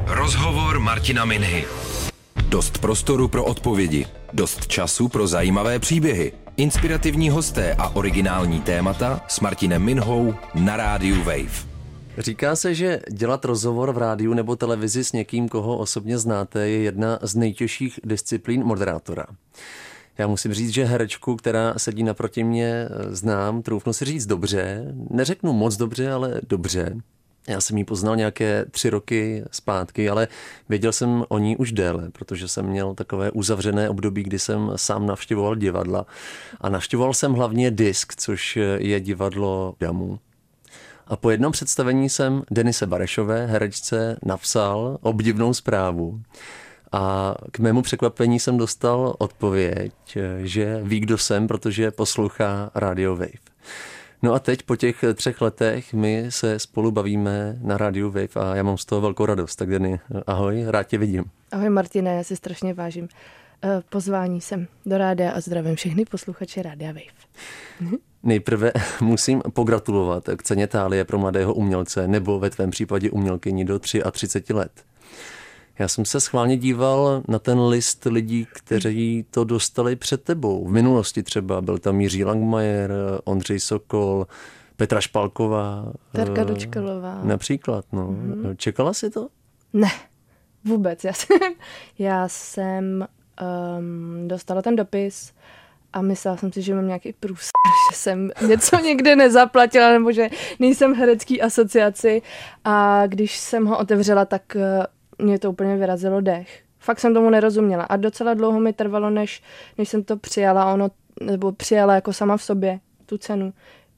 Rozhovor Martina Minhy. Dost prostoru pro odpovědi, dost času pro zajímavé příběhy, inspirativní hosté a originální témata s Martinem Minhou na rádiu Wave. Říká se, že dělat rozhovor v rádiu nebo televizi s někým, koho osobně znáte, je jedna z nejtěžších disciplín moderátora. Já musím říct, že herečku, která sedí naproti mě, znám, troufnu si říct dobře. Neřeknu moc dobře, ale dobře. Já jsem ji poznal nějaké 3 roky zpátky, ale věděl jsem o ní už déle, protože jsem měl takové uzavřené období, kdy jsem sám navštěvoval divadla. A navštěvoval jsem hlavně Disk, což je divadlo Damu. A po jednom představení jsem Denise Barešové, herečce, napsal obdivnou zprávu. A k mému překvapení jsem dostal odpověď, že ví, kdo jsem, protože poslouchá Radio Wave. No a teď po těch 3 letech my se spolu bavíme na Radio Wave a já mám z toho velkou radost. Tak Denny, ahoj, rád tě vidím. Ahoj Martine, já si strašně vážím pozvání sem do rádia a zdravím všechny posluchače Rádia Wave. Nejprve musím pogratulovat k ceně Thálie pro mladého umělce nebo ve tvém případě umělkyni do 33 let. Já jsem se schválně díval na ten list lidí, kteří to dostali před tebou. V minulosti třeba byl tam Jiří Langmajer, Ondřej Sokol, Petra Špalková. Terka Dočkalová. Například, no. Čekala jsi to? Ne, vůbec. Já jsem dostala ten dopis a myslela jsem si, že mám nějaký průser, že jsem něco někde nezaplatila nebo že nejsem v herecký asociaci. A když jsem ho otevřela, tak mě to úplně vyrazilo dech. Fakt jsem tomu nerozuměla a docela dlouho mi trvalo, než jsem to přijala, nebo přijala jako sama v sobě tu cenu.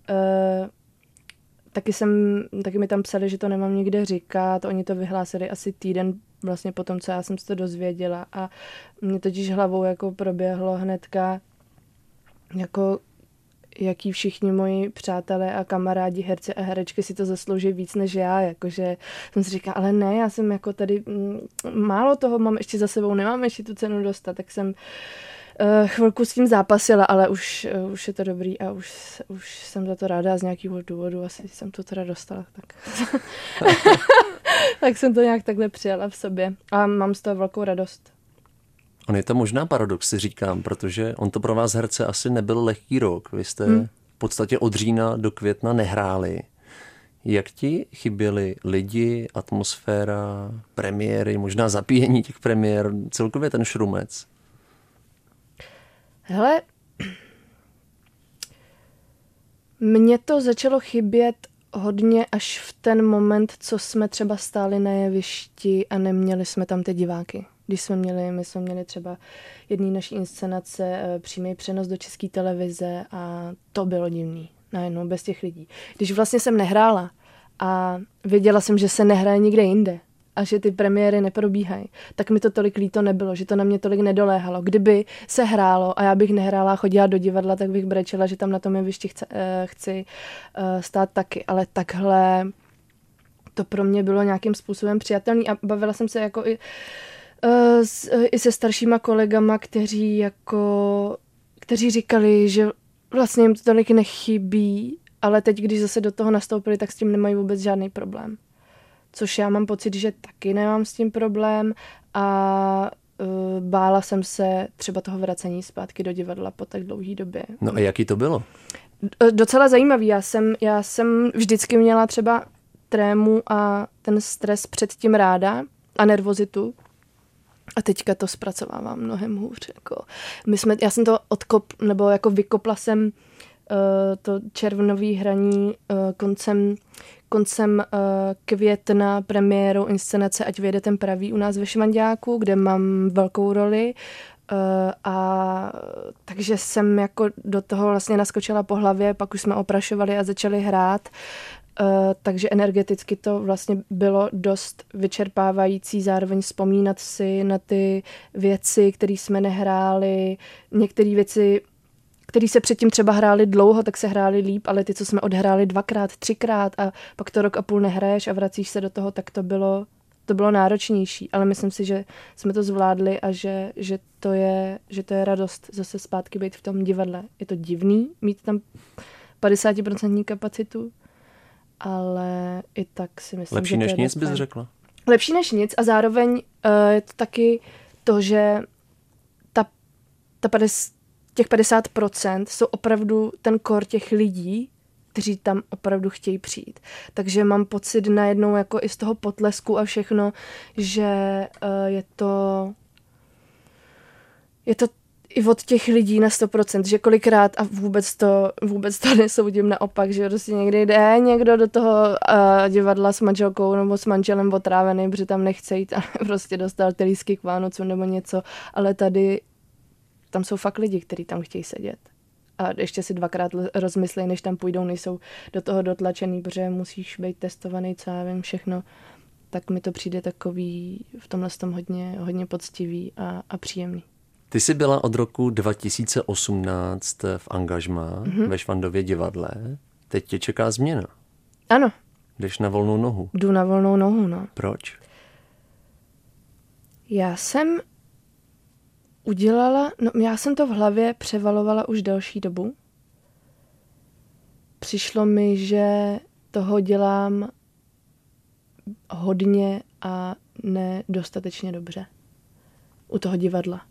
Taky mi tam psali, že to nemám nikde říkat, oni to vyhlásili asi týden vlastně po tom, co já jsem se to dozvěděla a mě totiž hlavou jako proběhlo hnedka, jako jaký všichni moji přátelé a kamarádi, herci a herečky si to zaslouží víc než já, jakože jsem si říkala, ale ne, já jsem jako tady málo toho mám ještě za sebou, nemám ještě tu cenu dostat, tak jsem chvilku s tím zápasila, ale už je to dobrý a už jsem za to ráda a z nějakého důvodu asi jsem to teda dostala, tak tak jsem to nějak takhle přijala v sobě a mám z toho velkou radost. On je to možná paradox, si říkám, protože on to pro vás herce asi nebyl lehký rok. Vy jste v podstatě od října do května nehráli. Jak ti chyběli lidi, atmosféra, premiéry, možná zapíjení těch premiér, celkově ten šrumec? Hele, mně to začalo chybět hodně až v ten moment, co jsme třeba stáli na jevišti a neměli jsme tam ty diváky. Když my jsme měli třeba jedný naší inscenace přímý přenos do České televize a to bylo divný, najednou bez těch lidí. Když vlastně jsem nehrála a věděla jsem, že se nehraje nikde jinde a že ty premiéry neprobíhají, tak mi to tolik líto nebylo, že to na mě tolik nedoléhalo. Kdyby se hrálo a já bych nehrála a chodila do divadla, tak bych brečela, že tam na tom jevišti chci stát taky, ale takhle to pro mě bylo nějakým způsobem přijatelný a bavila jsem se jako i se staršíma kolegama, kteří říkali, že vlastně jim to tolik nechybí, ale teď, když zase do toho nastoupili, tak s tím nemají vůbec žádný problém. Což já mám pocit, že taky nemám s tím problém a bála jsem se třeba toho vracení zpátky do divadla po tak dlouhé době. No a jaký to bylo? Docela zajímavý. Já jsem vždycky měla třeba trému a ten stres předtím ráda a nervozitu. A teďka to zpracovávám mnohem hůř. Jako. Já jsem to vykopla jsem to červnový hraní koncem května premiérou inscenace Ať vyjede ten pravý u nás ve Švanďáku, kde mám velkou roli. A takže jsem jako do toho vlastně naskočila po hlavě, pak už jsme oprašovali a začali hrát. Takže energeticky to vlastně bylo dost vyčerpávající, zároveň vzpomínat si na ty věci, které jsme nehráli, některé věci, které se předtím třeba hrály dlouho, tak se hrály líp, ale ty, co jsme odhráli 2x, 3x a pak to 1,5 roku nehraješ a vracíš se do toho, tak to bylo náročnější, ale myslím si, že jsme to zvládli a že to je radost zase zpátky být v tom divadle. Je to divný mít tam 50% kapacitu, ale i tak si myslím, lepší že než to je nic bys řekla? lepší než nic a zároveň je to taky to, že těch 50% jsou opravdu ten core těch lidí, kteří tam opravdu chtějí přijít. Takže mám pocit najednou jako i z toho potlesku a všechno, že je to i od těch lidí na 100%, že kolikrát a vůbec to nesoudím naopak, že prostě někdy jde někdo do toho divadla s manželkou nebo s manželem otrávený, protože tam nechce jít a prostě dostal ty lístky k Vánocům nebo něco, ale tady tam jsou fakt lidi, kteří tam chtějí sedět. A ještě si dvakrát rozmyslej, než tam půjdou, nejsou do toho dotlačený, protože musíš být testovaný, co já vím, všechno. Tak mi to přijde takový v tomhle tom hodně poctivý a příjemný. Ty jsi byla od roku 2018 v angažmá ve Švandově divadle. Teď tě čeká změna. Ano. Jdeš na volnou nohu. Jdu na volnou nohu, no. Proč? Já jsem to v hlavě převalovala už delší dobu. Přišlo mi, že toho dělám hodně a ne dostatečně dobře. U toho divadla.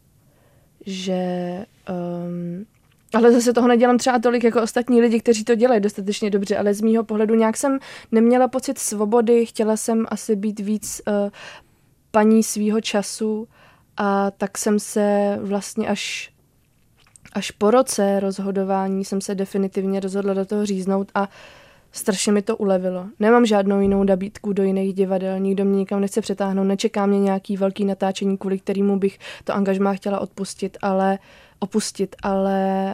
Ale zase toho nedělám třeba tolik jako ostatní lidi, kteří to dělají dostatečně dobře, ale z mýho pohledu nějak jsem neměla pocit svobody, chtěla jsem asi být víc paní svýho času a tak jsem se vlastně až po roce rozhodování jsem se definitivně rozhodla do toho říznout a strašně mi to ulevilo. Nemám žádnou jinou nabídku do jiných divadel, nikdo mě nikam nechce přetáhnout, nečeká mě nějaký velký natáčení, kvůli kterému bych to angažmá chtěla opustit, ale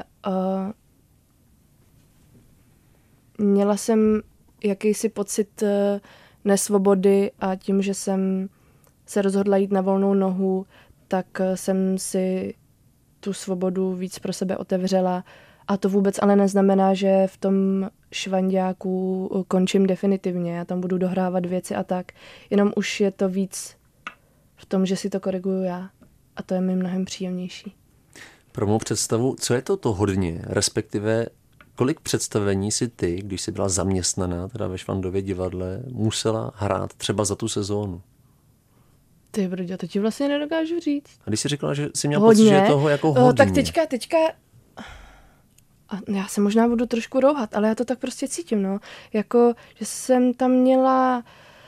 měla jsem jakýsi pocit nesvobody a tím, že jsem se rozhodla jít na volnou nohu, tak jsem si tu svobodu víc pro sebe otevřela. A to vůbec ale neznamená, že v tom Švanďáku končím definitivně. Já tam budu dohrávat věci a tak. Jenom už je to víc v tom, že si to koriguju já. A to je mi mnohem příjemnější. Pro mou představu, co je to hodně? Respektive, kolik představení si ty, když jsi byla zaměstnaná teda ve Švandově divadle, musela hrát třeba za tu sezónu? Ty brdě, to ti vlastně nedokážu říct. A když jsi říkala, že jsi měla pocit, že je toho jako hodně. Tak teďka a já se možná budu trošku rouhat, ale já to tak prostě cítím, no. Jako, že jsem tam měla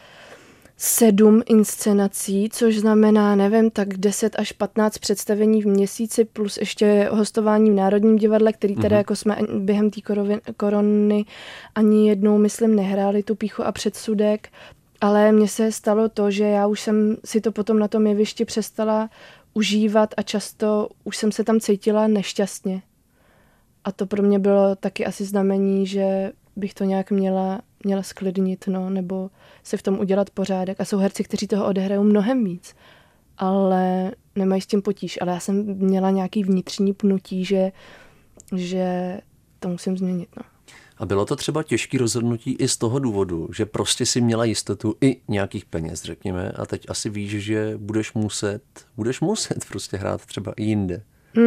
7 inscenací, což znamená, nevím, tak 10 až 15 představení v měsíci, plus ještě hostování v Národním divadle, který teda jako jsme během té korony ani jednou, myslím, nehráli tu Pýchu a předsudek, ale mně se stalo to, že já už jsem si to potom na tom jevišti přestala užívat a často už jsem se tam cítila nešťastně. A to pro mě bylo taky asi znamení, že bych to nějak měla sklidnit, no, nebo si v tom udělat pořádek. A jsou herci, kteří toho odehrajou mnohem víc, ale nemají s tím potíž. Ale já jsem měla nějaký vnitřní pnutí, že to musím změnit, no. A bylo to třeba těžké rozhodnutí i z toho důvodu, že prostě si měla jistotu i nějakých peněz, řekněme, a teď asi víš, že budeš muset prostě hrát třeba i jinde.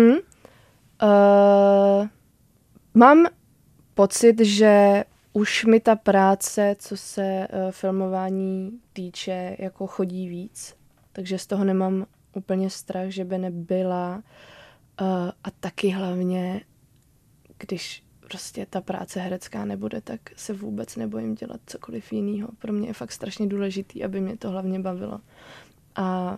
Mám pocit, že už mi ta práce, co se filmování týče, jako chodí víc. Takže z toho nemám úplně strach, že by nebyla. A taky hlavně, když prostě ta práce herecká nebude, tak se vůbec nebojím dělat cokoliv jiného. Pro mě je fakt strašně důležitý, aby mě to hlavně bavilo. A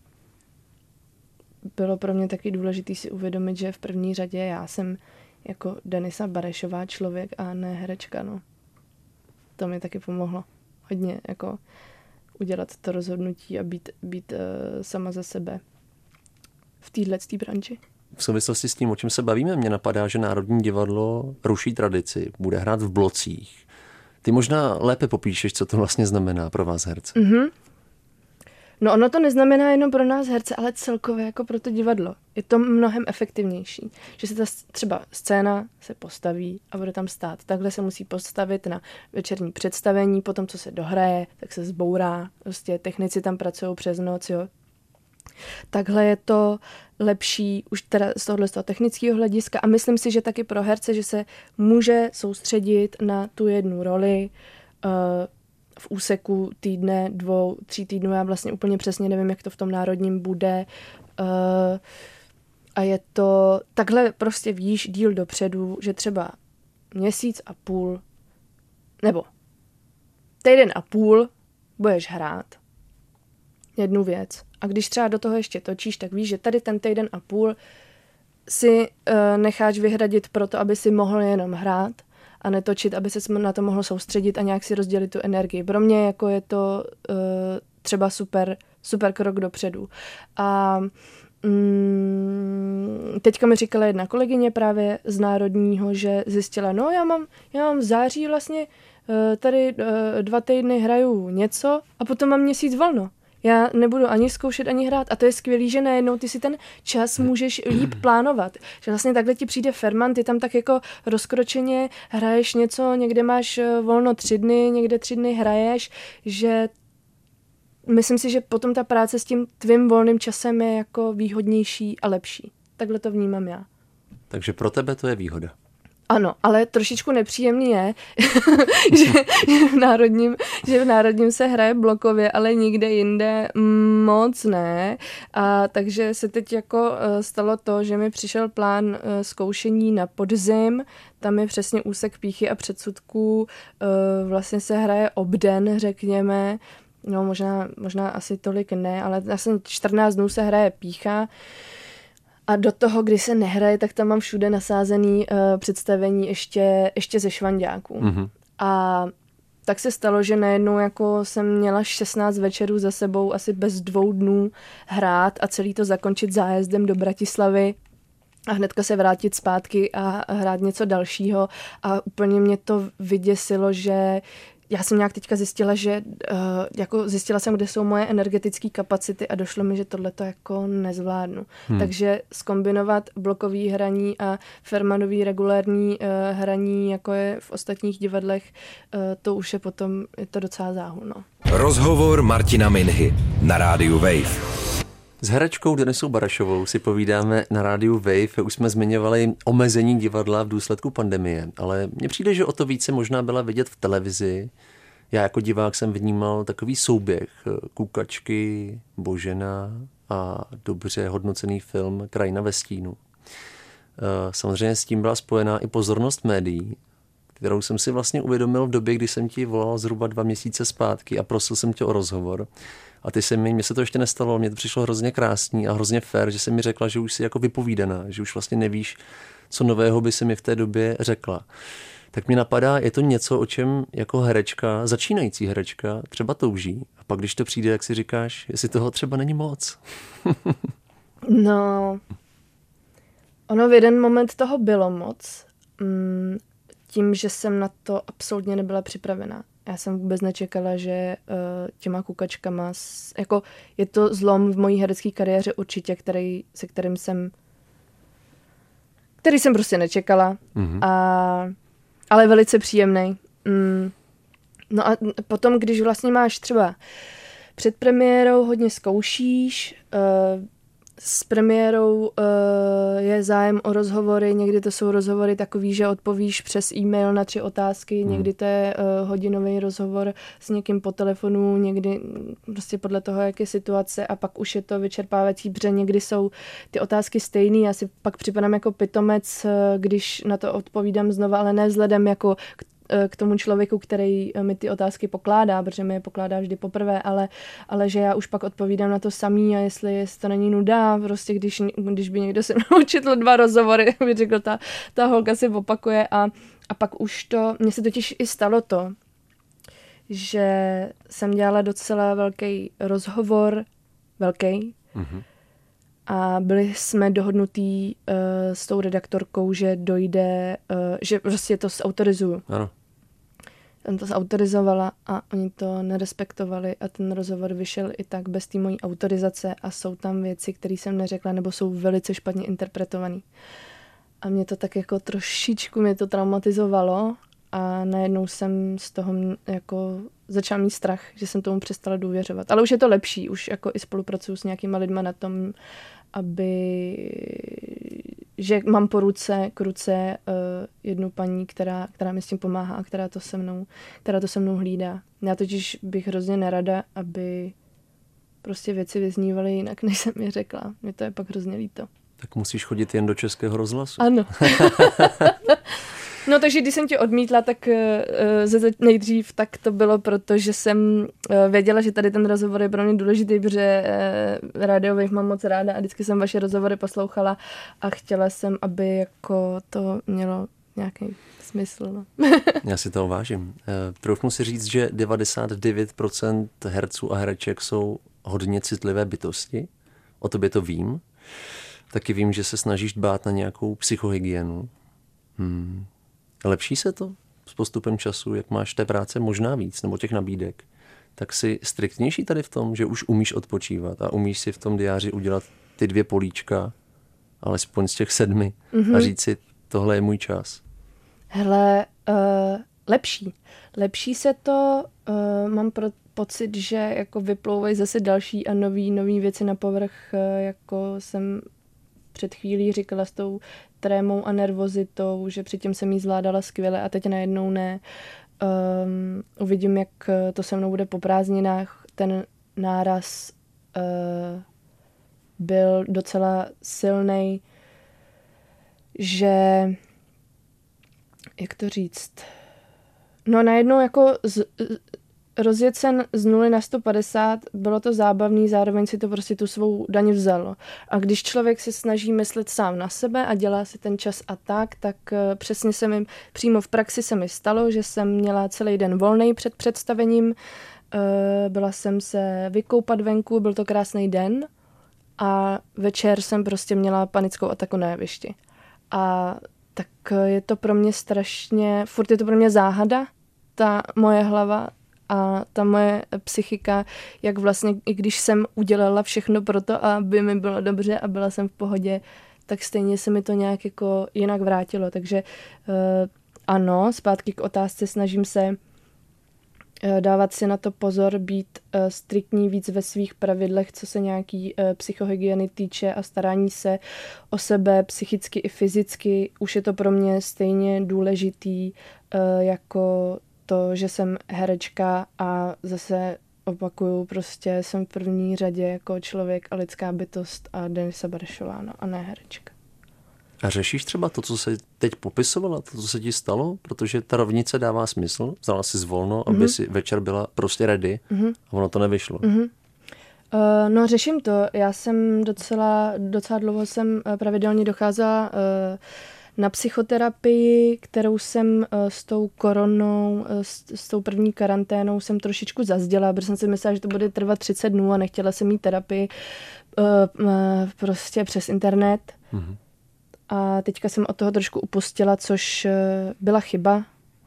bylo pro mě taky důležitý si uvědomit, že v první řadě já jsem jako Denisa Barešová člověk a ne herečka, no. To mi taky pomohlo hodně, jako udělat to rozhodnutí a být sama za sebe v této branži. V souvislosti s tím, o čem se bavíme, mě napadá, že Národní divadlo ruší tradici, bude hrát v blocích. Ty možná lépe popíšeš, co to vlastně znamená pro vás herce. No ono to neznamená jenom pro nás herce, ale celkově jako pro to divadlo. Je to mnohem efektivnější. Že se ta třeba scéna se postaví a bude tam stát. Takhle se musí postavit na večerní představení, potom co se dohraje, tak se zbourá. Prostě technici tam pracují přes noc, jo. Takhle je to lepší už teda z tohohle technického hlediska a myslím si, že taky pro herce, že se může soustředit na tu jednu roli, v úseku týdne, 2, 3 týdnů, já vlastně úplně přesně nevím, jak to v tom národním bude. A je to, takhle prostě víš díl dopředu, že třeba měsíc a půl, nebo týden a půl budeš hrát jednu věc. A když třeba do toho ještě točíš, tak víš, že tady ten týden a půl si necháš vyhradit pro to, aby si mohl jenom hrát a netočit, aby se na to mohl soustředit a nějak si rozdělit tu energii. Pro mě jako je to třeba super krok dopředu. A teďka mi říkala jedna kolegyně právě z Národního, že zjistila, no já mám v září vlastně tady 2 týdny hraju něco a potom mám měsíc volno. Já nebudu ani zkoušet, ani hrát. A to je skvělý, že najednou ty si ten čas můžeš líp plánovat. Že vlastně takhle ti přijde Ferman, ty tam tak jako rozkročeně hraješ něco, někde máš volno 3 dny, někde 3 dny hraješ, že myslím si, že potom ta práce s tím tvým volným časem je jako výhodnější a lepší. Takhle to vnímám já. Takže pro tebe to je výhoda. Ano, ale trošičku nepříjemný je, že v národním se hraje blokově, ale nikde jinde moc ne. A takže se teď jako stalo to, že mi přišel plán zkoušení na podzim. Tam je přesně úsek pýchy a předsudků. Vlastně se hraje obden, řekněme. No možná asi tolik ne, ale vlastně 14 dnů se hraje pýcha. A do toho, kdy se nehraje, tak tam mám všude nasázený představení ještě ze švanďáků. Mm-hmm. A tak se stalo, že najednou jako jsem měla 16 večerů za sebou asi bez 2 dnů hrát a celý to zakončit zájezdem do Bratislavy a hnedka se vrátit zpátky a hrát něco dalšího. A úplně mě to vyděsilo, že já jsem nějak teďka zjistila, že zjistila jsem, kde jsou moje energetické kapacity a došlo mi, že tohleto jako nezvládnu. Takže zkombinovat blokový hraní a Fermanový regulární hraní, jako je v ostatních divadlech, to už je potom je to docela záhul. No. Rozhovor Martina Minhy na rádiu Wave. S herečkou Denisou Barašovou si povídáme na rádiu Wave. Už jsme zmiňovali omezení divadla v důsledku pandemie, ale mně přijde, že o to více možná byla vidět v televizi. Já jako divák jsem vnímal takový souběh Kukačky, Božena a dobře hodnocený film Krajina ve stínu. Samozřejmě s tím byla spojená i pozornost médií, kterou jsem si vlastně uvědomil v době, kdy jsem ti volal zhruba 2 měsíce zpátky a prosil jsem tě o rozhovor. A ty mně se to ještě nestalo, mně to přišlo hrozně krásný a hrozně fér, že jsi mi řekla, že už jsi jako vypovídaná, že už vlastně nevíš, co nového by si mi v té době řekla. Tak mi napadá, je to něco, o čem jako herečka, začínající herečka, třeba touží. A pak, když to přijde, jak si říkáš, jestli toho třeba není moc. No, ono v jeden moment toho bylo moc. Tím, že jsem na to absolutně nebyla připravená. Já jsem vůbec nečekala, že těma Kukačkama, jako je to zlom v mojí herecké kariéře určitě, který jsem prostě nečekala. Mm-hmm. Ale velice příjemný. No a potom, když vlastně máš třeba před premiérou hodně zkoušíš, s premiérou je zájem o rozhovory, někdy to jsou rozhovory takový, že odpovíš přes e-mail na 3 otázky, někdy to je hodinový rozhovor s někým po telefonu, někdy prostě podle toho, jak je situace a pak už je to vyčerpávající, protože někdy jsou ty otázky stejný, já si pak připadám jako pitomec, když na to odpovídám znova, ale ne vzhledem jako k tomu člověku, který mi ty otázky pokládá, protože mi je pokládá vždy poprvé, ale že já už pak odpovídám na to samý a jestli to není nuda, prostě když by někdo se mnou četl 2 rozhovory, by řekl, ta holka si opakuje a pak už to, mně se totiž i stalo to, že jsem dělala docela velký rozhovor, a byli jsme dohodnutí s tou redaktorkou, že dojde, že prostě to zautorizuju. Ano. Jsem to zautorizovala a oni to nerespektovali a ten rozhovor vyšel i tak bez té mojí autorizace a jsou tam věci, které jsem neřekla nebo jsou velice špatně interpretované. A mě to tak jako trošičku mě to traumatizovalo a najednou jsem z toho jako začala mít strach, že jsem tomu přestala důvěřovat. Ale už je to lepší, už jako i spolupracuju s nějakýma lidma na tom, že mám k ruce jednu paní, která mi s tím pomáhá a která to se mnou hlídá. Já totiž bych hrozně nerada, aby prostě věci vyznívaly jinak, než jsem mi řekla. Mně to je pak hrozně líto. Tak musíš chodit jen do Českého rozhlasu. Ano. No takže když jsem tě odmítla, tak nejdřív tak to bylo, protože jsem věděla, že tady ten rozhovor je pro mě důležitý, protože Radio Wave mám moc ráda a vždycky jsem vaše rozhovory poslouchala a chtěla jsem, aby jako to mělo nějaký smysl. No. Já si toho vážím. Troufnu si říct, že 99% herců a hereček jsou hodně citlivé bytosti. O tobě to vím. Taky vím, že se snažíš dbát na nějakou psychohygienu. Lepší se to s postupem času, jak máš té práce možná víc, nebo těch nabídek, tak si striktnější tady v tom, že už umíš odpočívat a umíš si v tom diáři udělat ty 2 políčka, alespoň z těch 7 a říct si, tohle je můj čas. Hele, lepší. Lepší se to, mám pocit, že jako vyplouvají zase další a nový věci na povrch, jako jsem před chvílí říkala s tou trémou a nervozitou, že předtím jsem jí zvládala skvěle a teď najednou ne. Uvidím, jak to se mnou bude po prázdninách. Ten náraz byl docela silnej, že jak to říct? No najednou jako rozjet se z 0 na 150, bylo to zábavný, zároveň si to prostě tu svou daň vzalo. A když člověk se snaží myslet sám na sebe a dělá si ten čas a tak přesně se mi, přímo v praxi se mi stalo, že jsem měla celý den volnej před představením, byla jsem se vykoupat venku, byl to krásný den a večer jsem prostě měla panickou ataku na jevišti. A tak je to pro mě furt je to pro mě záhada, ta moje hlava a ta moje psychika, jak vlastně, i když jsem udělala všechno pro to, aby mi bylo dobře a byla jsem v pohodě, tak stejně se mi to nějak jako jinak vrátilo. Takže ano, zpátky k otázce, snažím se dávat si na to pozor, být striktní víc ve svých pravidlech, co se nějaký psychohygieny týče a starání se o sebe psychicky i fyzicky. Už je to pro mě stejně důležitý jako to, že jsem herečka a zase opakuju, prostě jsem v první řadě jako člověk a lidská bytost a Denisa Barešová, no, a ne herečka. A řešíš třeba to, co se teď popisovala, to, co se ti stalo? Protože ta rovnice dává smysl. Vzala si zvolno, aby si večer byla prostě ready a ono to nevyšlo. No řeším to. Já jsem docela dlouho jsem pravidelně docházela na psychoterapii, kterou jsem s tou koronou, s tou první karanténou jsem trošičku zazděla, protože jsem si myslela, že to bude trvat 30 dnů a nechtěla jsem mít terapii prostě přes internet. A teďka jsem od toho trošku upustila, což byla chyba,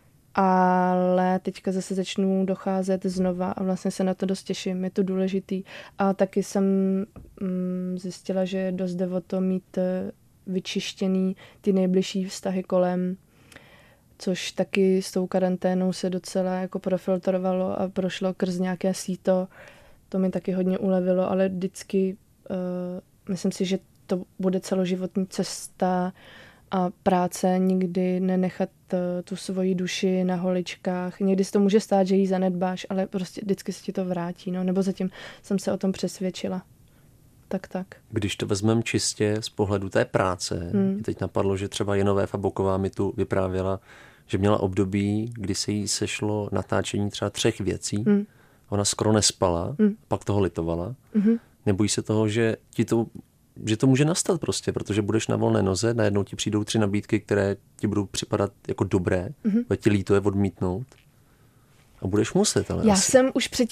ale teďka zase začnu docházet znova a vlastně se na to dost těším, je to důležitý. A taky jsem zjistila, že dost jde o to mít vyčištěný ty nejbližší vztahy kolem, což taky s tou karanténou se docela jako profiltrovalo a prošlo krz nějaké síto. To mi taky hodně ulevilo, ale vždycky myslím si, že to bude celoživotní cesta a práce, nikdy nenechat tu svoji duši na holičkách. Někdy se to může stát, že ji zanedbáš, ale prostě vždycky se ti to vrátí. No? Nebo zatím jsem se o tom přesvědčila. Tak. Když to vezmeme čistě z pohledu té práce, mě teď napadlo, že třeba Jenové Faboková mi tu vyprávěla, že měla období, kdy se jí sešlo natáčení třeba 3 věcí. Ona skoro nespala, pak toho litovala. Nebojí se toho, že to může nastat prostě, protože budeš na volné noze, najednou ti přijdou 3 nabídky, které ti budou připadat jako dobré, bude ti líto je odmítnout a budeš muset. Ale já asi. Jsem už před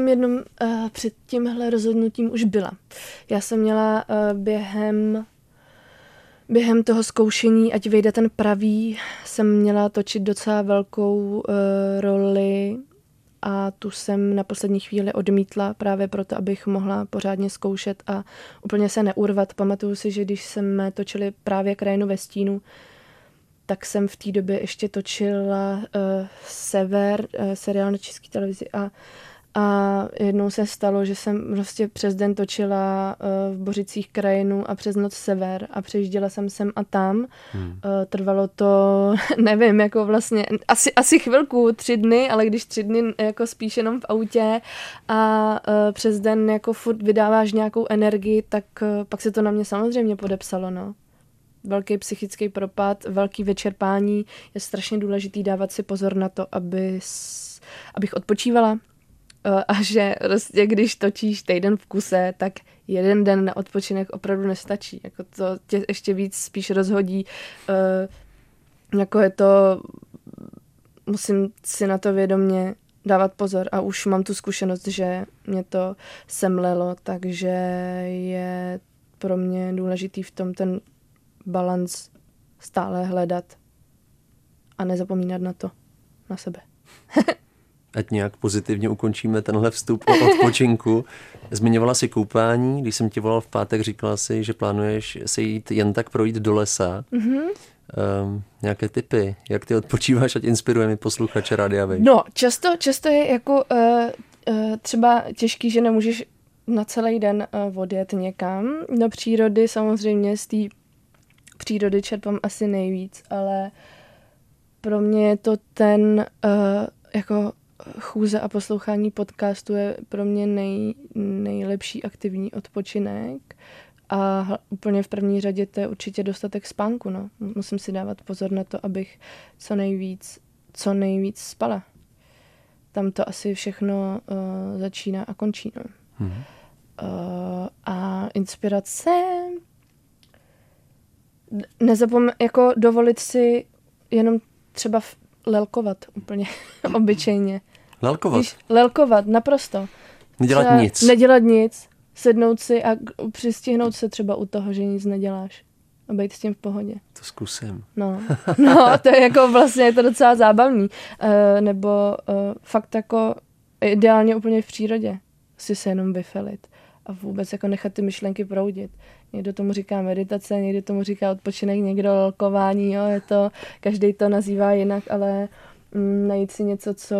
tímhle rozhodnutím už byla. Já jsem měla během toho zkoušení, ať vyjde ten pravý, jsem měla točit docela velkou roli a tu jsem na poslední chvíli odmítla právě proto, abych mohla pořádně zkoušet a úplně se neurvat. Pamatuju si, že když jsme točili právě Krajinu ve stínu, tak jsem v té době ještě točila Sever, seriál na České televizi A jednou se stalo, že jsem prostě přes den točila v Bořicích krajinu a přes noc sever a přejížděla jsem sem a tam. Trvalo to, nevím, jako vlastně asi chvilku, 3 dny, ale když 3 dny jako spíš jenom v autě a přes den jako furt vydáváš nějakou energii, tak pak se to na mě samozřejmě podepsalo, no. Velký psychický propad, velký vyčerpání. Je strašně důležitý dávat si pozor na to, abych odpočívala. A že prostě, když točíš týden v kuse, tak 1 den na odpočinek opravdu nestačí. Jako to tě ještě víc spíš rozhodí. Jako je to, musím si na to vědomě dávat pozor a už mám tu zkušenost, že mě to semlelo, takže je pro mě důležitý v tom ten balans stále hledat a nezapomínat na to, na sebe. Ať nějak pozitivně ukončíme tenhle vstup o odpočinku. Zmiňovala si koupání, když jsem tě volal v pátek, říkala si, že plánuješ se jít jen tak projít do lesa. Nějaké tipy, jak ty odpočíváš, ať inspirujeme posluchače Rádia Wave? No, často je jako třeba těžký, že nemůžeš na celý den odjet někam do přírody. Samozřejmě z té přírody čerpám asi nejvíc, ale pro mě je to ten jako chůze a poslouchání podcastu je pro mě nejlepší aktivní odpočinek a úplně v první řadě to je určitě dostatek spánku. No. Musím si dávat pozor na to, abych co nejvíc spala. Tam to asi všechno začíná a končí. No. A inspirace jako dovolit si jenom třeba lelkovat úplně obyčejně. Lelkovat? Lelkovat, naprosto. Nedělat nic, sednout si a přistihnout se třeba u toho, že nic neděláš. A být s tím v pohodě. To zkusím. No, to je jako vlastně je to docela zábavný. Nebo fakt jako ideálně úplně v přírodě si se jenom vyfelit a vůbec jako nechat ty myšlenky proudit. Někdo tomu říká meditace, někdo tomu říká odpočinek, někdo lelkování, jo, je to, každý to nazývá jinak, ale najít si něco, co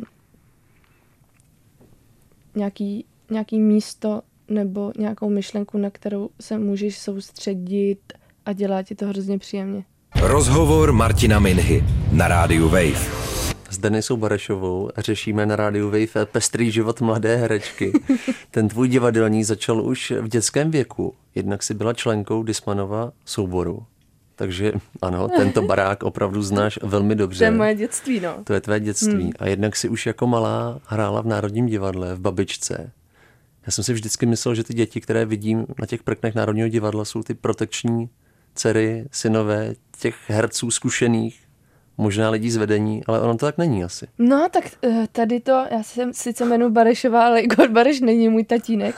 nějaký místo nebo nějakou myšlenku, na kterou se můžeš soustředit a dělá ti to hrozně příjemně. Rozhovor Martina Minhy na Rádiu Wave. S Denisou Barešovou řešíme na Rádiu Wave pestrý život mladé herečky. Ten tvůj divadelní začal už v dětském věku. Jednak si byla členkou Dismanova souboru. Takže ano, tento barák opravdu znáš velmi dobře. To je moje dětství, no. To je tvé dětství. A jednak si už jako malá hrála v Národním divadle, v Babičce. Já jsem si vždycky myslel, že ty děti, které vidím na těch prknech Národního divadla, jsou ty protekční dcery, synové těch herců zkušených, možná lidí z vedení, ale ono to tak není asi. No, tak tady to, já jsem sice jmenuji Barešová, ale Igor Bareš není můj tatínek.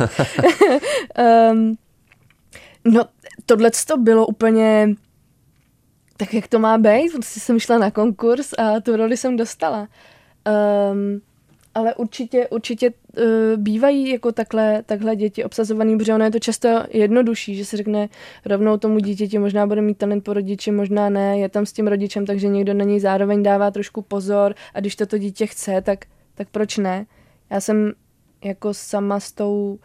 No, tohleto bylo úplně tak, jak to má být. Prostě jsem šla na konkurs a tu roli jsem dostala. Ale určitě bývají jako takhle děti obsazovaný, protože ono je to často jednodušší, že se řekne rovnou tomu dítěti, možná bude mít talent po rodiči, možná ne, je tam s tím rodičem, takže někdo na něj zároveň dává trošku pozor a když to dítě chce, tak proč ne? Já jsem jako sama s tou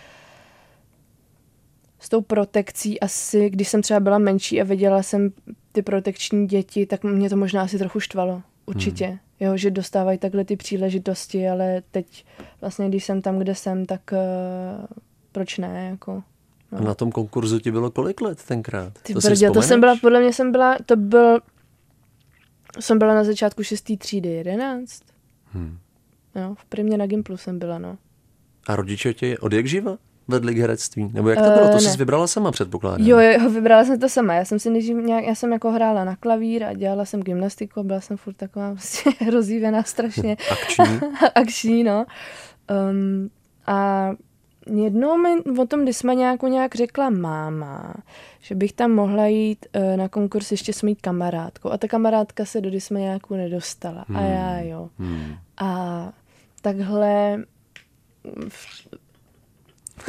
protekcí asi, když jsem třeba byla menší a viděla jsem ty protekční děti, tak mě to možná asi trochu štvalo. Určitě. Jo, že dostávají takhle ty příležitosti, ale teď vlastně, když jsem tam, kde jsem, tak proč ne, jako. No. A na tom konkurzu ti bylo kolik let tenkrát? Ty brdě, to jsem byla, podle mě jsem byla na začátku 6. třídy, 11. Jo, v primě na Gimplu jsem byla, no. A rodiče tě od jak živa vedli k herectví? Nebo jak to bylo? To jsi vybrala sama, předpokládám. Jo, vybrala jsem to sama. Já jsem jako hrála na klavír a dělala jsem gymnastiku a byla jsem furt taková prostě rozjívená strašně. Akční, no. A jednou mi o tom Dismaňáku nějak řekla máma, že bych tam mohla jít na konkurs ještě s mý kamarádkou. A ta kamarádka se do Dismaňáku nedostala. A já jo. A takhle v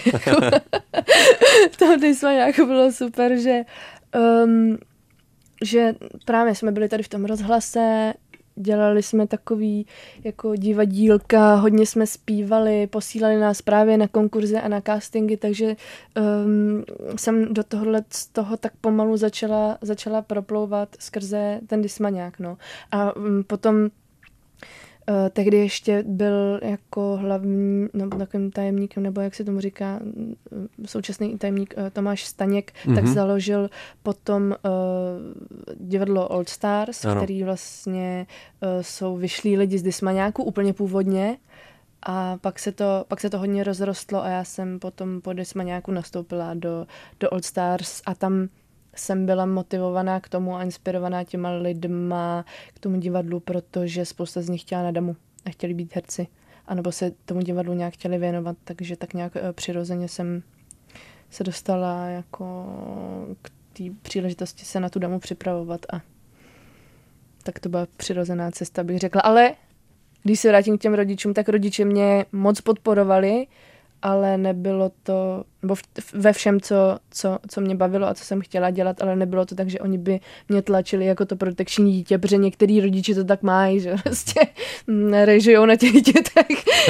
tom Dismaňáku bylo super, že právě jsme byli tady v tom rozhlase, dělali jsme takový jako divadílka, hodně jsme zpívali, posílali nás právě na konkurzy a na castingy, takže jsem do toho tak pomalu začala proplouvat skrze ten Dysmaniák, no. A potom tehdy ještě byl jako hlavní, no, takovým tajemníkem, nebo jak se tomu říká, současný tajemník Tomáš Staněk, tak založil potom divadlo Old Stars, který vlastně jsou vyšlí lidi z Dysmaniáku úplně původně. A pak se to hodně rozrostlo a já jsem potom po Dysmaniáku nastoupila do Old Stars a tam jsem byla motivovaná k tomu a inspirovaná těma lidma k tomu divadlu, protože spousta z nich chtěla na damu a chtěli být herci. A nebo se tomu divadlu nějak chtěli věnovat, takže tak nějak přirozeně jsem se dostala jako k té příležitosti se na tu damu připravovat a tak to byla přirozená cesta, bych řekla. Ale když se vrátím k těm rodičům, tak rodiče mě moc podporovali, ale nebylo to, nebo ve všem, co mě bavilo a co jsem chtěla dělat, ale nebylo to tak, že oni by mě tlačili jako to protekční dítě, protože některý rodiče to tak mají, že prostě režijou na těch dětech.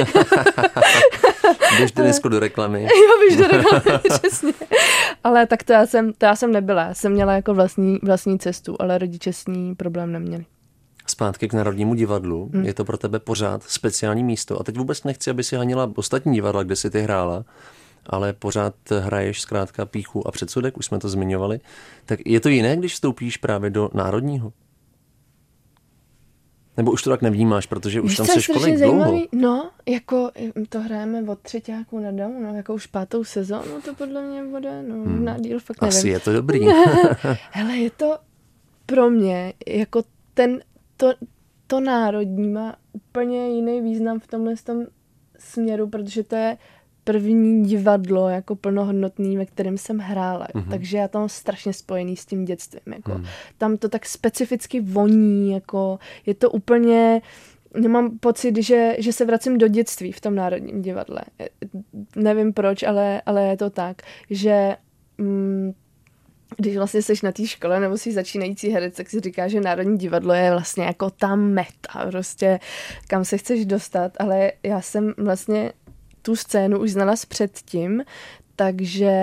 Běž dnesko do reklamy. Jo, běž do reklamy, přesně. Ale tak to já jsem nebyla. Já jsem měla jako vlastní cestu, ale rodiče s ní problém neměli. Zpátky k Národnímu divadlu. Je to pro tebe pořád speciální místo. A teď vůbec nechci, aby si hanila ostatní divadla, kde si ty hrála, ale pořád hraješ zkrátka Pýchu a Předsudek, už jsme to zmiňovali. Tak je to jiné, když vstoupíš právě do Národního? Nebo už to tak nevnímáš, protože už tam seš kolik dlouho? No, jako to hrajeme od třetíku na damu, no, jako už 5. sezónu to podle mě bude, no, na díl fakt nevím. Asi je to dobrý. Hele, je to pro mě jako to Národní má úplně jiný význam v tomhle směru, protože to je první divadlo jako plnohodnotný, ve kterém jsem hrála. Takže já tam strašně spojený s tím dětstvím. Jako. Tam to tak specificky voní, jako je to úplně... Nemám pocit, že se vracím do dětství v tom Národním divadle. Nevím proč, ale je to tak, že... když vlastně seš na té škole nebo jsi začínající herec, tak si říká, že Národní divadlo je vlastně jako ta meta, prostě kam se chceš dostat, ale já jsem vlastně tu scénu už znala předtím, takže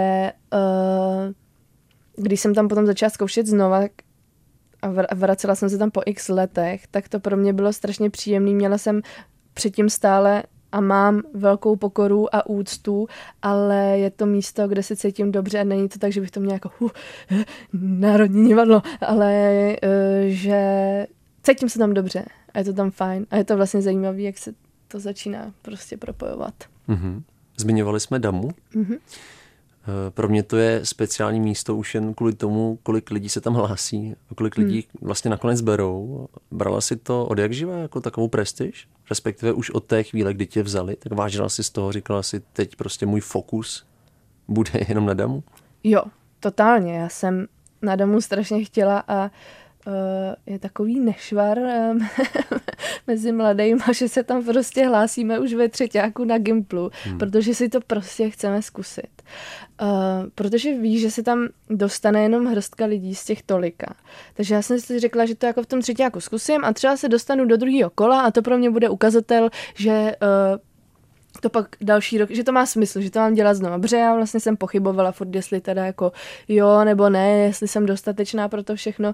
když jsem tam potom začala zkoušet znova a vracela jsem se tam po x letech, tak to pro mě bylo strašně příjemný. Měla jsem předtím stále a mám velkou pokoru a úctu, ale je to místo, kde se cítím dobře a není to tak, že bych to měla jako Národní divadlo, ale že cítím se tam dobře a je to tam fajn a je to vlastně zajímavé, jak se to začíná prostě propojovat. Zmiňovali jsme damu. Pro mě to je speciální místo už jen kvůli tomu, kolik lidí se tam hlásí, kolik lidí vlastně nakonec berou. Brala si to od jak živa jako takovou prestiž? Respektive už od té chvíle, kdy tě vzali, tak vážila si z toho, říkala si, teď prostě můj fokus bude jenom na damu? Jo, totálně. Já jsem na damu strašně chtěla a je takový nešvar mezi mladejma, že se tam prostě hlásíme už ve třetíku na Gimplu, protože si to prostě chceme zkusit. Protože víš, že se tam dostane jenom hrstka lidí z těch tolika. Takže já jsem si řekla, že to jako v tom třetíku zkusím a třeba se dostanu do druhého kola a to pro mě bude ukazatel, že to pak další rok, že to má smysl, že to mám dělat znovu. Protože já vlastně jsem pochybovala furt, jestli teda jako jo nebo ne, jestli jsem dostatečná pro to všechno.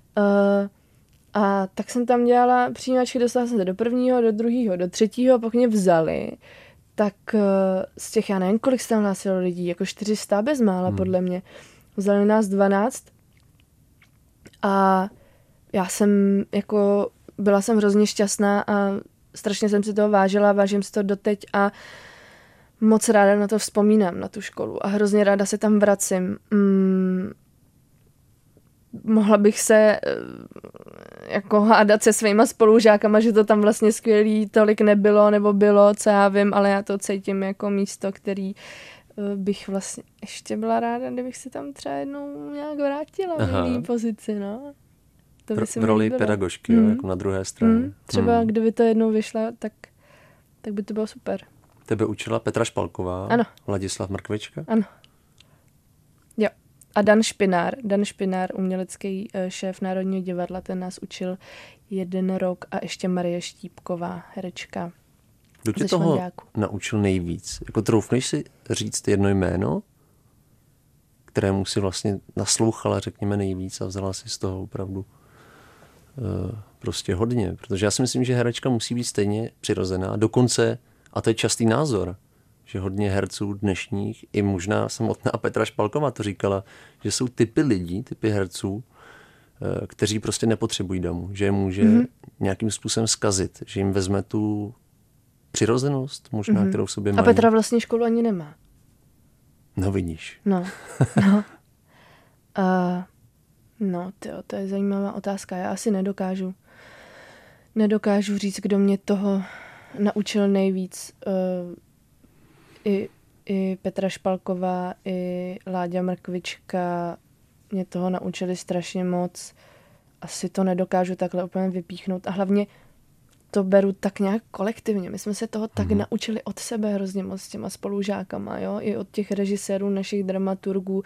A tak jsem tam dělala přijímačky, dostala jsem se do prvního, do druhého, do třetího, pak mě vzali. Tak z těch, já nevím, kolik se tam hlásilo lidí, jako 400 bezmála podle mě. Vzali nás 12 a já jsem jako, byla jsem hrozně šťastná a strašně jsem si toho vážila, vážím si to doteď a moc ráda na to vzpomínám, na tu školu a hrozně ráda se tam vracím. Mohla bych se jako hádat se svýma spolužákama, že to tam vlastně skvělý tolik nebylo nebo bylo, co já vím, ale já to cítím jako místo, který bych vlastně ještě byla ráda, kdybych se tam třeba jednou nějak vrátila v jiný pozici, no. To by v roli pedagožky, jo, jako na druhé straně. Třeba kdyby to jednou vyšla, tak by to bylo super. Tebe učila Petra Špalková, ano. Ladislav Mrkvička? Ano. Jo. A Dan Špinár, umělecký šéf Národního divadla, ten nás učil 1 rok a ještě Marie Štípková, herečka. Kdo tě toho naučil nejvíc? Jako troufneš si říct jedno jméno, kterému si vlastně naslouchala, řekněme, nejvíc a vzala si z toho opravdu prostě hodně. Protože já si myslím, že herečka musí být stejně přirozená. Dokonce, a to je častý názor, že hodně herců dnešních, i možná samotná Petra Špalková to říkala, že jsou typy lidí, typy herců, kteří prostě nepotřebují damu, že je může nějakým způsobem zkazit, že jim vezme tu přirozenost možná, kterou v sobě mají. A Petra vlastně školu ani nemá. No vidíš. No, to je zajímavá otázka. Já asi nedokážu říct, kdo mě toho naučil nejvíc. I Petra Špalková, i Láďa Mrkvička mě toho naučili strašně moc. Asi to nedokážu takhle úplně vypíchnout. A hlavně to beru tak nějak kolektivně. My jsme se toho tak naučili od sebe hrozně moc s těma spolužákama, jo? I od těch režisérů, našich dramaturgů.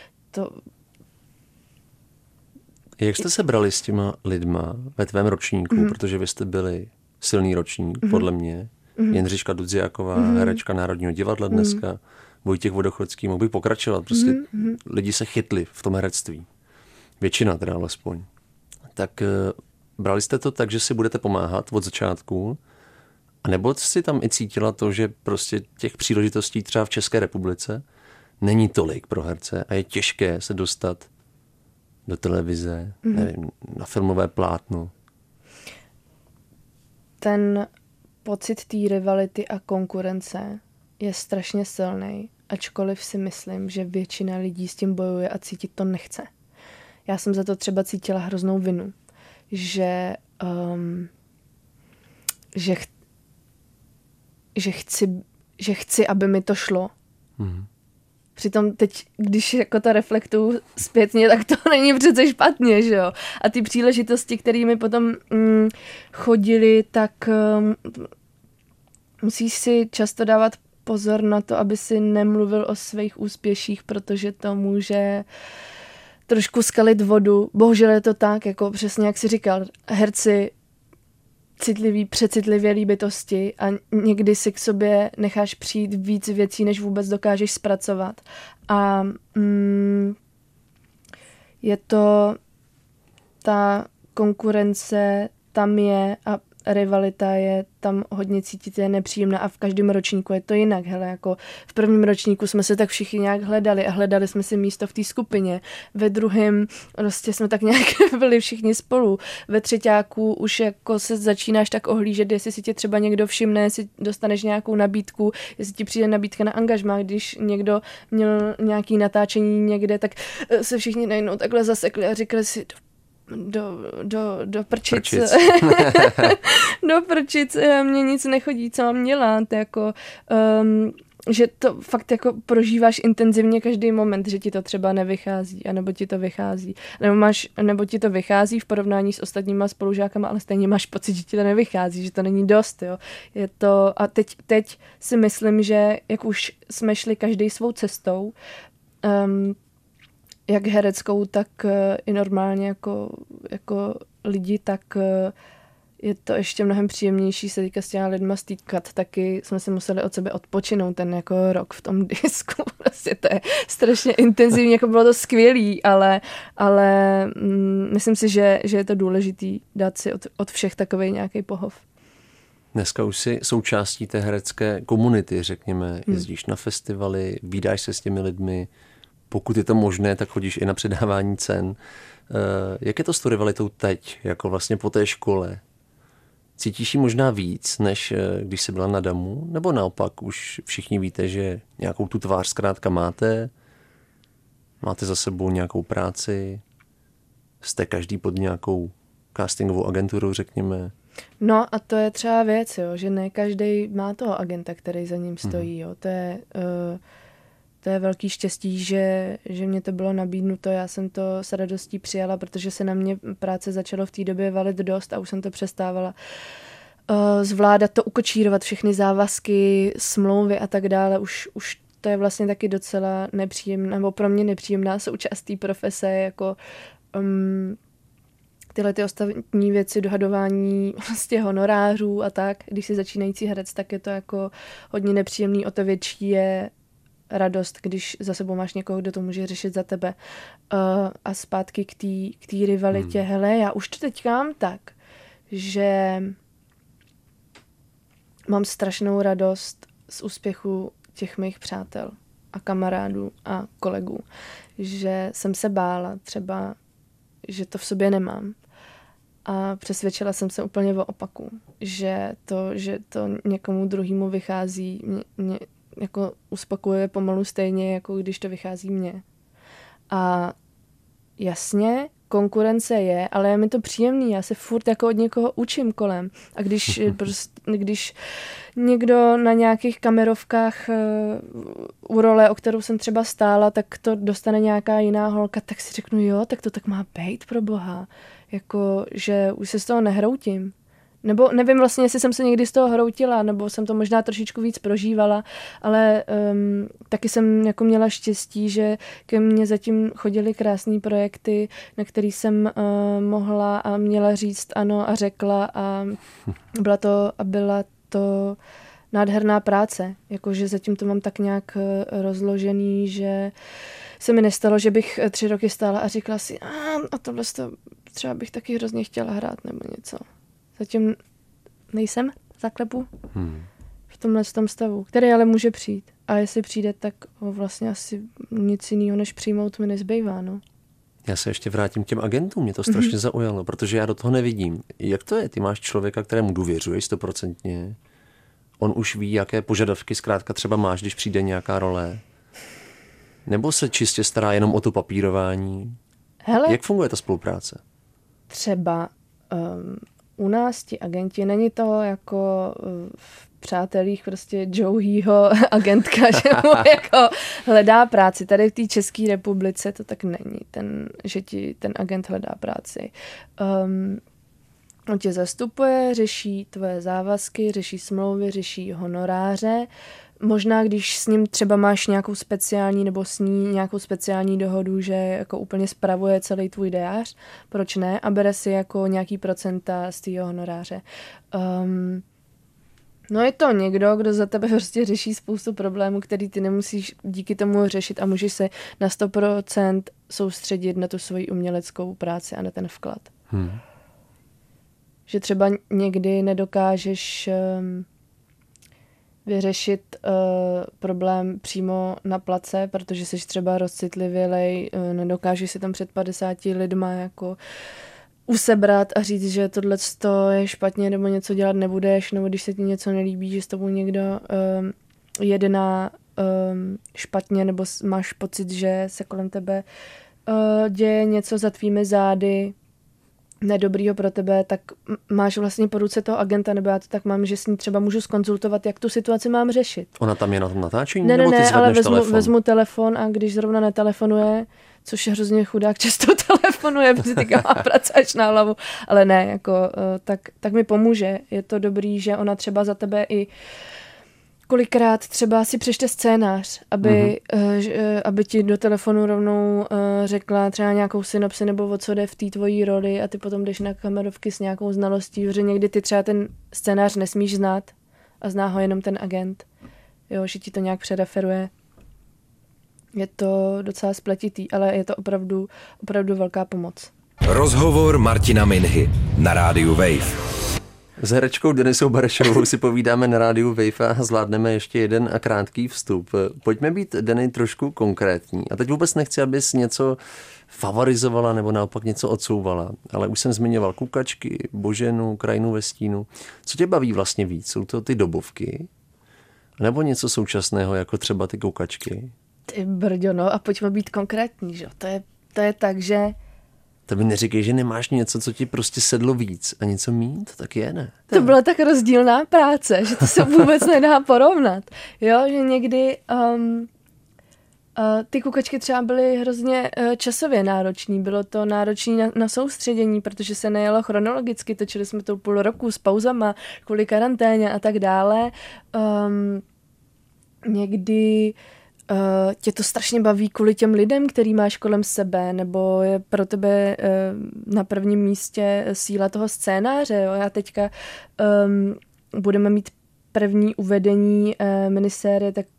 Jak jste se brali s těma lidma ve tvém ročníku, protože vy jste byli silný ročník, podle mě. Jindřiška Dudziaková, herečka Národního divadla dneska, Vojtěch Vodochodský, mohl bych pokračovat. Prostě lidi se chytli v tom herectví. Většina teda alespoň. Tak brali jste to tak, že si budete pomáhat od začátku? A nebo jsi tam i cítila to, že prostě těch příležitostí třeba v České republice není tolik pro herce a je těžké se dostat do televize, nevím, na filmové plátno? Ten pocit té rivality a konkurence je strašně silný, ačkoliv si myslím, že většina lidí s tím bojuje a cítit to nechce. Já jsem za to třeba cítila hroznou vinu, že chci, aby mi to šlo. Přitom teď, když jako to reflektuju zpětně, tak to není přece špatně, že jo. A ty příležitosti, kterými potom chodili, tak musíš si často dávat pozor na to, aby si nemluvil o svých úspěších, protože to může trošku skalit vodu. Bohužel je to tak, jako přesně jak jsi říkal, herci citlivý, přecitlivělý bytosti a někdy si k sobě necháš přijít víc věcí, než vůbec dokážeš zpracovat. A je to ta konkurence tam je a rivalita je tam hodně cítit, je nepříjemná a v každém ročníku je to jinak. Hele, jako v prvním ročníku jsme se tak všichni nějak hledali a hledali jsme si místo v té skupině. Ve druhém prostě jsme tak nějak byli všichni spolu. Ve třetíku už jako se začínáš tak ohlížet, jestli si tě třeba někdo všimne, jestli dostaneš nějakou nabídku, jestli ti přijde nabídka na angažmá, když někdo měl nějaký natáčení někde, tak se všichni najednou takhle zasekli a říkali si do prčic. Do prčic, mně nic nechodí, co mám dělat, jako, že to fakt jako prožíváš intenzivně každý moment, že ti to třeba nevychází, anebo ti to vychází, nebo ti to vychází v porovnání s ostatníma spolužákama, ale stejně máš pocit, že ti to nevychází, že to není dost, jo. Je to, a teď si myslím, že jak už jsme šli každý svou cestou, jak hereckou, tak i normálně jako lidi, tak je to ještě mnohem příjemnější se teďka s těma lidma stýkat. Taky jsme si museli od sebe odpočinout ten jako rok v tom disku. Prostě to je strašně intenzivní, jako bylo to skvělý, ale myslím si, že je to důležitý dát si od všech takovej nějaký pohov. Dneska už jsi součástí té herecké komunity, řekněme. Jezdíš na festivaly, vídáš se s těmi lidmi. Pokud je to možné, tak chodíš i na předávání cen. Jak je to s tou rivalitou teď, jako vlastně po té škole? Cítíš ji možná víc, než když jsi byla na Damu? Nebo naopak už všichni víte, že nějakou tu tvář zkrátka máte? Máte za sebou nějakou práci? Jste každý pod nějakou castingovou agenturu, řekněme? No a to je třeba věc, jo, že ne každý má toho agenta, který za ním stojí. Jo. To je velký štěstí, že mě to bylo nabídnuto. Já jsem to s radostí přijala, protože se na mě práce začalo v té době valit dost a už jsem to přestávala zvládat to, ukočírovat všechny závazky, smlouvy a tak dále. Už to je vlastně taky docela nepříjemná, nebo pro mě nepříjemná součást té profese, jako tyhle ty ostatní věci, dohadování vlastně honorářů a tak. Když jsi začínající herec, tak je to jako hodně nepříjemný, o to větší je radost, když za sebou máš někoho, kdo to může řešit za tebe. A zpátky k té rivalitě. Hele, já už to teď mám tak, že mám strašnou radost z úspěchu těch mých přátel a kamarádů a kolegů, že jsem se bála třeba, že to v sobě nemám. A přesvědčila jsem se úplně o opaku, že to někomu druhému vychází, mě jako uspokojuje pomalu stejně, jako když to vychází mně. A jasně, konkurence je, ale je mi to příjemný, já se furt jako od někoho učím kolem. A když někdo na nějakých kamerovkách u role, o kterou jsem třeba stála, tak to dostane nějaká jiná holka, tak si řeknu, jo, tak to tak má být pro boha. Jako, že už se z toho nehroutím. Nebo nevím vlastně, jestli jsem se někdy z toho hroutila, nebo jsem to možná trošičku víc prožívala, ale taky jsem jako měla štěstí, že ke mně zatím chodily krásné projekty, na který jsem mohla a měla říct ano a řekla a byla to nádherná práce. Jakože zatím to mám tak nějak rozložený, že se mi nestalo, že bych 3 roky stála a říkala si a tohle třeba bych taky hrozně chtěla hrát nebo něco. Zatím nejsem, zaklepu v tomhle tom stavu, který ale může přijít. A jestli přijde, tak ho vlastně asi nic jiného než přijmout mi nezbývá. No. Já se ještě vrátím k těm agentům, mě to strašně zaujalo, protože já do toho nevidím. Jak to je? Ty máš člověka, kterému důvěřuješ 100%. On už ví, jaké požadavky zkrátka třeba máš, když přijde nějaká role. Nebo se čistě stará jenom o to papírování? Hele, jak funguje ta spolupráce? Třeba u nás ti agenti, není to jako v Přátelích prostě Joeyho agentka, že mu jako hledá práci. Tady v té České republice to tak není, že ti ten agent hledá práci. On tě zastupuje, řeší tvoje závazky, řeší smlouvy, řeší honoráře. Možná, když s ním třeba máš nějakou speciální nebo s ní nějakou speciální dohodu, že jako úplně spravuje celý tvůj diář, proč ne? A bere si jako nějaký procenta z tvýho honoráře. No je to někdo, kdo za tebe prostě řeší spoustu problémů, který ty nemusíš díky tomu řešit a můžeš se na 100% soustředit na tu svoji uměleckou práci a na ten vklad. Že třeba někdy nedokážeš vyřešit problém přímo na place, protože jsi třeba rozcitlivělej, nedokážeš si tam před 50 lidma jako usebrat a říct, že tohle je špatně nebo něco dělat nebudeš, nebo když se ti něco nelíbí, že s tobou někdo jedná špatně nebo máš pocit, že se kolem tebe děje něco za tvými zády nedobrýho pro tebe, tak máš vlastně po ruce toho agenta, nebo já to tak mám, že s ní třeba můžu zkonzultovat, jak tu situaci mám řešit. Ona tam je na tom natáčení? Ne, nebo ty ale telefon? vezmu telefon a když zrovna netelefonuje, což je hrozně chudák, často telefonuje, protože teďka má práce až na hlavu, ale ne, jako, tak mi pomůže. Je to dobrý, že ona třeba za tebe i kolikrát třeba si přečte scénář, aby ti do telefonu rovnou řekla třeba nějakou synopsi nebo o co jde v té tvojí roli a ty potom jdeš na kamerovky s nějakou znalostí, protože někdy ty třeba ten scénář nesmíš znát a zná ho jenom ten agent, jo, že ti to nějak přereferuje. Je to docela spletitý, ale je to opravdu velká pomoc. Rozhovor Martina Minhy na rádiu Wave. S herečkou Denisou Barešovou si povídáme na rádiu Wave a zvládneme ještě jeden a krátký vstup. Pojďme být, Denny, trošku konkrétní. A teď vůbec nechci, abys něco favorizovala nebo naopak něco odsouvala. Ale už jsem zmiňoval Kukačky, Boženu, Krajinu ve stínu. Co tě baví vlastně víc? Jsou to ty dobovky? Nebo něco současného, jako třeba ty Kukačky? Ty brďo, no a pojďme být konkrétní, že? To je tak, že To mi neříkej, že nemáš něco, co ti prostě sedlo víc a něco míň, to tak je, ne? To byla tak rozdílná práce, že to se vůbec nedá porovnat. Jo, že někdy ty Kukačky třeba byly hrozně časově náročný. Bylo to náročný na soustředění, protože se nejelo chronologicky, točili jsme to 0,5 roku s pauzama, kvůli karanténě a tak dále. Někdy tě to strašně baví kvůli těm lidem, který máš kolem sebe, nebo je pro tebe na prvním místě síla toho scénáře. Jo? Já teďka budeme mít první uvedení minisérie, tak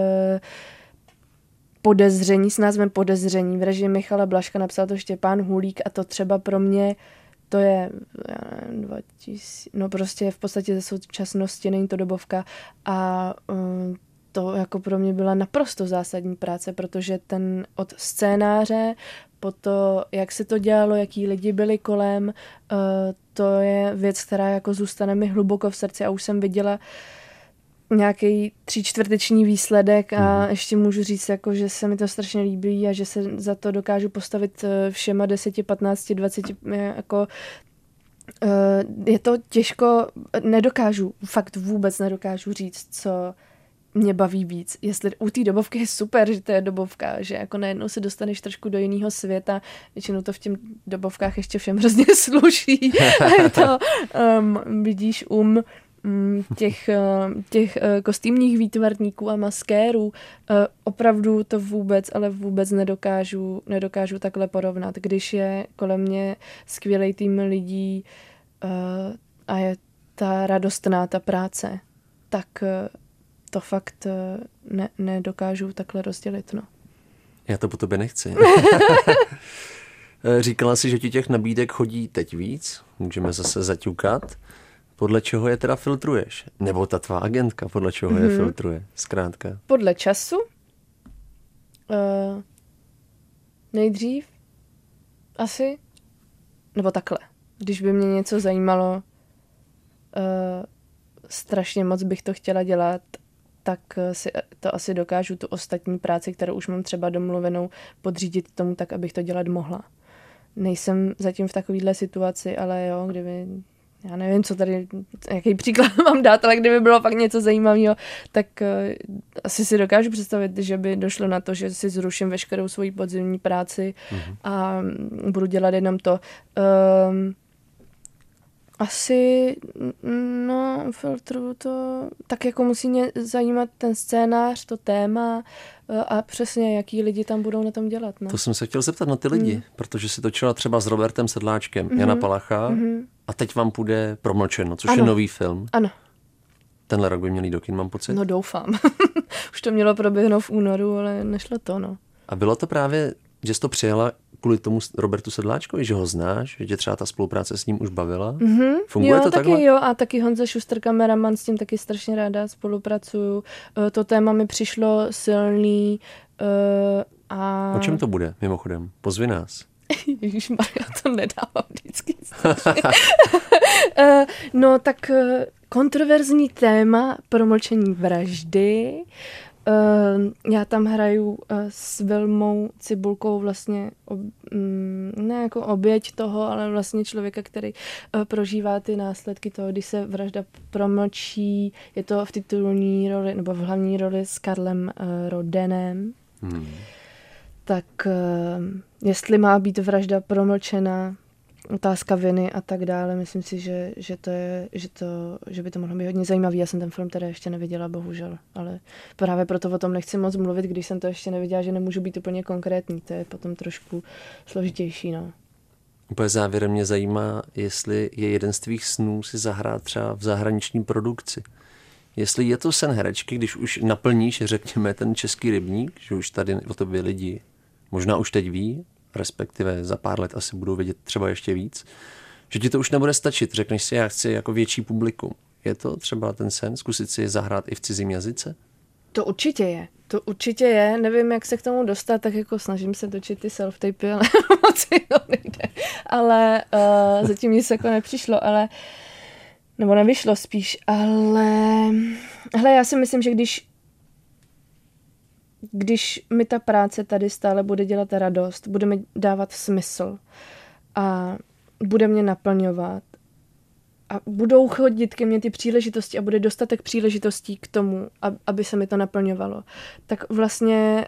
Podezření s názvem Podezření. V režii Michala Blažka napsal to Štěpán Hulík a to třeba pro mě, to je 2000, no prostě v podstatě ze současnosti, není to dobovka a to jako pro mě byla naprosto zásadní práce, protože ten od scénáře po to, jak se to dělalo, jaký lidi byli kolem, to je věc, která jako zůstane mi hluboko v srdci a už jsem viděla nějaký 3/4 výsledek a ještě můžu říct, jako, že se mi to strašně líbí a že se za to dokážu postavit všema 10, 15, 20, jako je to těžko, fakt vůbec nedokážu říct, co mě baví víc. Jestli u té dobovky je super, že to je dobovka, že jako najednou se dostaneš trošku do jiného světa, většinou to v těch dobovkách ještě všem hrozně sluší a je to, vidíš těch kostýmních výtvarníků a maskérů, opravdu to vůbec, ale vůbec nedokážu takhle porovnat. Když je kolem mě skvělej tým lidí a je ta radostná ta práce, tak to fakt nedokážu takhle rozdělit. No. Já to po tobě nechci. Říkala jsi, že ti těch nabídek chodí teď víc, můžeme zase zaťukat. Podle čeho je teda filtruješ? Nebo ta tvá agentka, podle čeho je filtruje? Zkrátka. Podle času. Nejdřív. Asi. Nebo takhle. Když by mě něco zajímalo, strašně moc bych to chtěla dělat, tak si to asi dokážu tu ostatní práci, kterou už mám třeba domluvenou, podřídit tomu tak, abych to dělat mohla. Nejsem zatím v takovéhle situaci, ale jo, kdyby... Já nevím, co tady, jaký příklad mám dát, ale kdyby bylo fakt něco zajímavého, tak asi si dokážu představit, že by došlo na to, že si zruším veškerou svoji podzimní práci a budu dělat jenom to. Asi, filtruju to, tak jako musí mě zajímat ten scénář, to téma a přesně, jaký lidi tam budou na tom dělat. No. To jsem se chtěl zeptat na ty lidi, protože si točila třeba s Robertem Sedláčkem, Jana Palacha a teď vám půjde Promlčeno, což je nový film. Ano. Tenhle rok by měl jít do kin, mám pocit? No doufám. Už to mělo proběhnout v únoru, ale nešlo to, no. A bylo to právě, že jsi to přijela kvůli tomu Robertu Sedláčkovi, že ho znáš, že tě třeba ta spolupráce s ním už bavila? Funguje jo, to taky takhle? Jo, a taky Honza Šuster, kameraman, s tím taky strašně ráda spolupracuju. To téma mi přišlo silný a... O čem to bude, mimochodem? Pozvi nás. Ježišmarja, to nedávám vždycky. No tak kontroverzní téma promlčení vraždy. Já tam hraju s Vilmou Cibulkou vlastně ne jako oběť toho, ale vlastně člověka, který prožívá ty následky toho, když se vražda promlčí. Je to v titulní roli, nebo v hlavní roli s Karlem Rodenem. Tak jestli má být vražda promlčena, otázka viny a tak dále, myslím si, že by to mohlo být hodně zajímavý. Já jsem ten film teda ještě neviděla, bohužel, ale právě proto o tom nechci moc mluvit, když jsem to ještě neviděla, že nemůžu být úplně konkrétní, to je potom trošku složitější, no. Úplně závěrem mě zajímá, jestli je jeden z tvých snů si zahrát třeba v zahraniční produkci. Jestli je to sen herečky, když už naplníš, řekněme, ten český rybník, že už tady o tobě lidi možná už teď ví, respektive za pár let asi budou vědět třeba ještě víc, že ti to už nebude stačit. Řekneš si, já chci jako větší publikum. Je to třeba ten sen, zkusit si zahrát i v cizím jazyce? To určitě je. Nevím, jak se k tomu dostat, tak jako snažím se točit ty self-tapy, ale moc to nejde. Ale zatím nic jako nepřišlo, nebo nevyšlo spíš, ale hele, já si myslím, že když mi ta práce tady stále bude dělat radost, bude mi dávat smysl a bude mě naplňovat a budou chodit ke mně ty příležitosti a bude dostatek příležitostí k tomu, aby se mi to naplňovalo, tak vlastně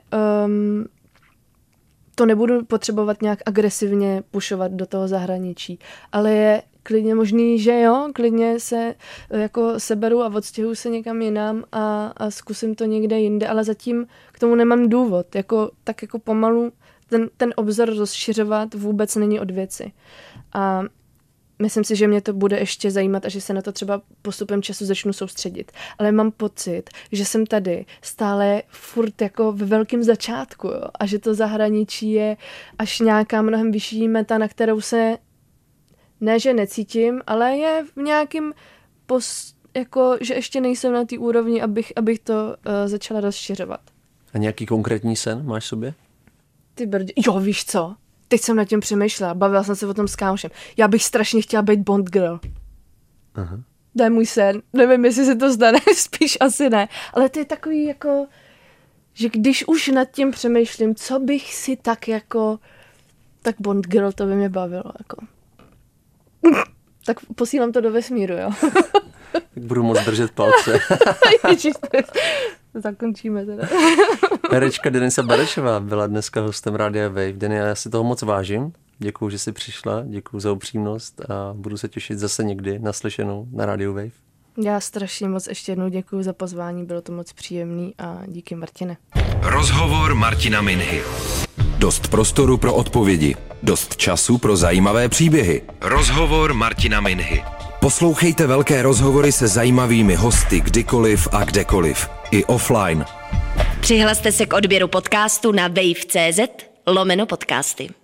to nebudu potřebovat nějak agresivně pušovat do toho zahraničí, ale je klidně možný, že jo, klidně se jako seberu a odstěhuju se někam jinam a zkusím to někde jinde, ale zatím k tomu nemám důvod. Tak jako pomalu ten obzor rozšiřovat vůbec není od věci. A myslím si, že mě to bude ještě zajímat a že se na to třeba postupem času začnu soustředit. Ale mám pocit, že jsem tady stále furt jako ve velkém začátku, jo? A že to zahraničí je až nějaká mnohem vyšší meta, na kterou se ne, že necítím, ale je v nějakým jako, že ještě nejsem na té úrovni, abych to začala rozšiřovat. A nějaký konkrétní sen máš sobě? Ty brdě. Jo, víš co? Teď jsem nad tím přemýšlela, bavila jsem se o tom s kámošem. Já bych strašně chtěla být Bond girl. Aha. To je můj sen. Nevím, jestli se to stane, spíš asi ne. Ale to je takový jako, že když už nad tím přemýšlím, co bych si tak Bond girl, to by mě bavilo. Jako. Tak posílám to do vesmíru, jo. Tak budu moc držet palce. Ježiš, zakončíme teda. Herečka Denisa Berešová byla dneska hostem Rádia Wave. Deni, já si toho moc vážím. Děkuju, že jsi přišla, děkuju za upřímnost a budu se těšit zase někdy naslyšenou na Rádiu Wave. Já strašně moc ještě jednou děkuju za pozvání, bylo to moc příjemný a díky, Martine. Rozhovor Martina Minhy. Dost prostoru pro odpovědi, dost času pro zajímavé příběhy. Rozhovor Martina Minhy. Poslouchejte velké rozhovory se zajímavými hosty kdykoliv a kdekoliv. I offline. Přihlaste se k odběru podcastu na wave.cz/podcasty.